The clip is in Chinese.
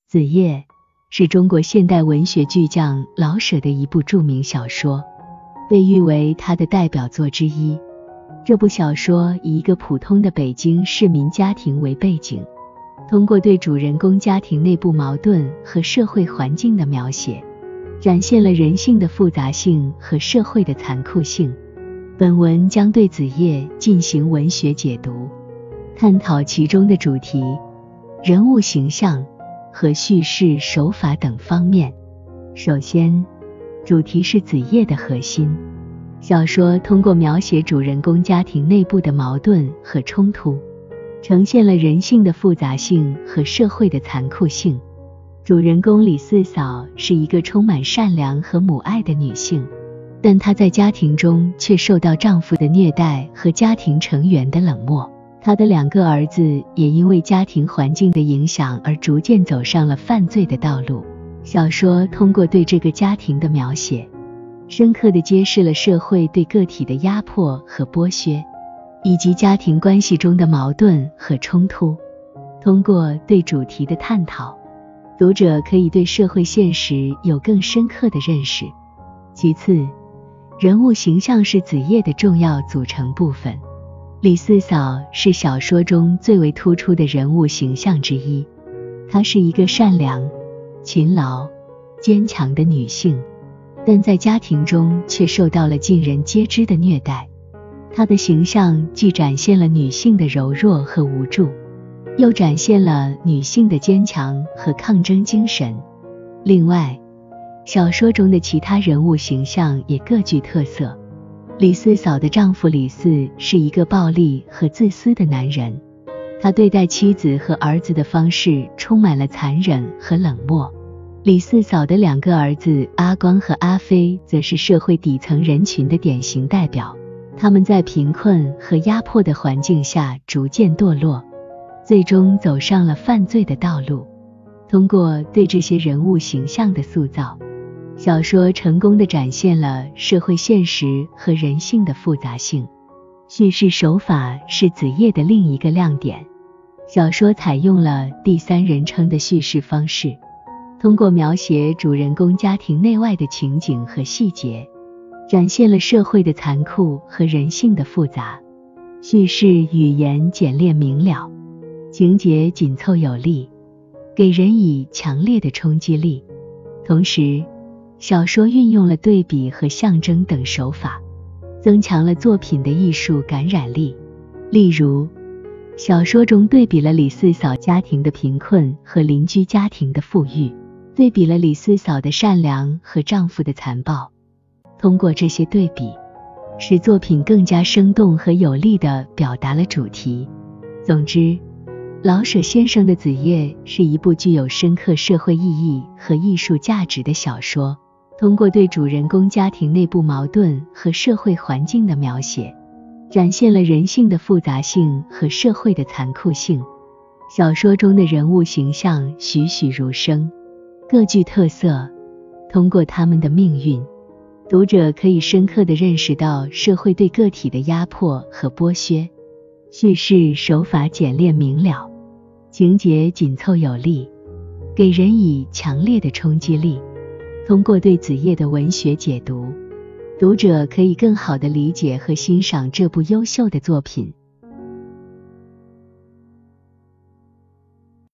子夜是中国现代文学巨匠老舍的一部著名小说，被誉为他的代表作之一。这部小说以一个普通的北京市民家庭为背景，通过对主人公家庭内部矛盾和社会环境的描写，展现了人性的复杂性和社会的残酷性。本文将对子夜进行文学解读，探讨其中的主题、人物形象和叙事手法等方面。首先，主题是子夜的核心。小说通过描写主人公家庭内部的矛盾和冲突，呈现了人性的复杂性和社会的残酷性。主人公李四嫂是一个充满善良和母爱的女性，但她在家庭中却受到丈夫的虐待和家庭成员的冷漠。她的2个儿子也因为家庭环境的影响而逐渐走上了犯罪的道路。小说通过对这个家庭的描写，深刻地揭示了社会对个体的压迫和剥削，以及家庭关系中的矛盾和冲突。通过对主题的探讨，读者可以对社会现实有更深刻的认识。其次，人物形象是子夜的重要组成部分。李四嫂是小说中最为突出的人物形象之一，她是一个善良、勤劳、坚强的女性，但在家庭中却受到了尽人皆知的虐待。她的形象既展现了女性的柔弱和无助，又展现了女性的坚强和抗争精神。另外，小说中的其他人物形象也各具特色。李四嫂的丈夫李四是一个暴力和自私的男人，他对待妻子和儿子的方式充满了残忍和冷漠。李四嫂的2个儿子阿光和阿飞则是社会底层人群的典型代表，他们在贫困和压迫的环境下逐渐堕落，最终走上了犯罪的道路。通过对这些人物形象的塑造，小说成功地展现了社会现实和人性的复杂性。叙事手法是子夜的另一个亮点。小说采用了第3人称的叙事方式，通过描写主人公家庭内外的情景和细节，展现了社会的残酷和人性的复杂。叙事语言简练明了，情节紧凑有力，给人以强烈的冲击力。同时，小说运用了对比和象征等手法，增强了作品的艺术感染力。例如，小说中对比了李四嫂家庭的贫困和邻居家庭的富裕，对比了李四嫂的善良和丈夫的残暴。通过这些对比，使作品更加生动和有力地表达了主题。总之，老舍先生的《子夜》是一部具有深刻社会意义和艺术价值的小说。通过对主人公家庭内部矛盾和社会环境的描写，展现了人性的复杂性和社会的残酷性。小说中的人物形象栩栩如生，各具特色。通过他们的命运，读者可以深刻地认识到社会对个体的压迫和剥削。叙事手法简练明了，情节紧凑有力，给人以强烈的冲击力。通过对子夜的文学解读，读者可以更好地理解和欣赏这部优秀的作品。